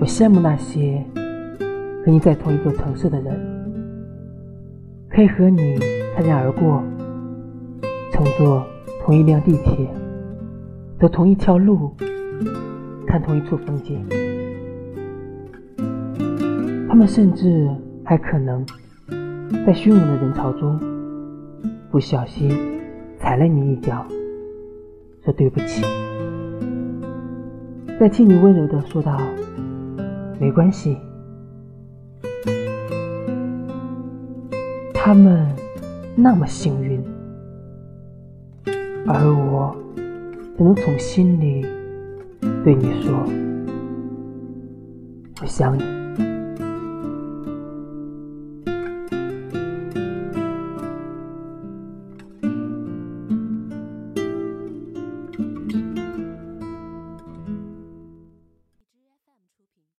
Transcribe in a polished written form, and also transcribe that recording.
我羡慕那些和你在同一座城市的人，可以和你擦肩而过，乘坐同一辆地铁，走同一条路，看同一处风景。他们甚至还可能在汹涌的人潮中不小心踩了你一脚，说对不起，再听你温柔地说道没关系。他们那么幸运，而我只能从心里对你说我想你。